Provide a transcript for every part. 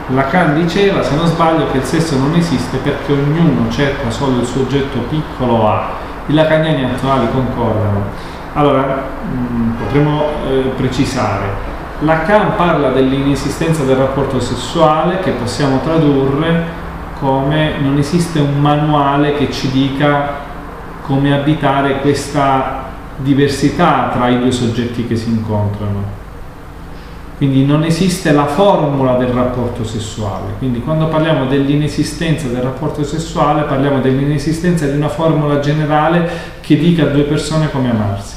Lacan diceva, se non sbaglio, che il sesso non esiste perché ognuno cerca solo il suo oggetto piccolo A. I lacaniani attuali concordano. Allora, potremmo precisare. Lacan parla dell'inesistenza del rapporto sessuale, che possiamo tradurre come non esiste un manuale che ci dica come abitare questa diversità tra i due soggetti che si incontrano. Quindi non esiste la formula del rapporto sessuale. Quindi quando parliamo dell'inesistenza del rapporto sessuale parliamo dell'inesistenza di una formula generale che dica a due persone come amarsi,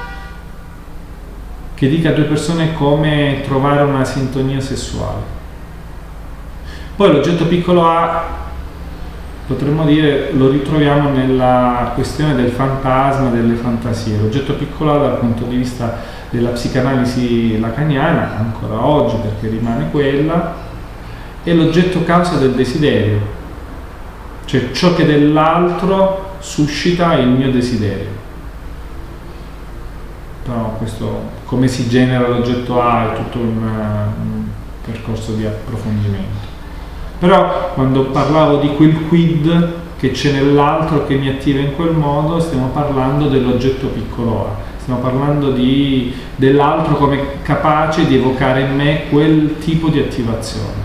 che dica a due persone come trovare una sintonia sessuale. Poi l'oggetto piccolo A, potremmo dire, lo ritroviamo nella questione del fantasma, delle fantasie. L'oggetto piccolo A dal punto di vista della psicanalisi lacaniana, ancora oggi perché rimane quella, è l'oggetto causa del desiderio, cioè ciò che dell'altro suscita il mio desiderio. Però questo, come si genera l'oggetto A, è tutto un percorso di approfondimento. Però quando parlavo di quel quid che c'è nell'altro che mi attiva in quel modo, stiamo parlando dell'oggetto piccolo A, stiamo parlando dell'altro come capace di evocare in me quel tipo di attivazione.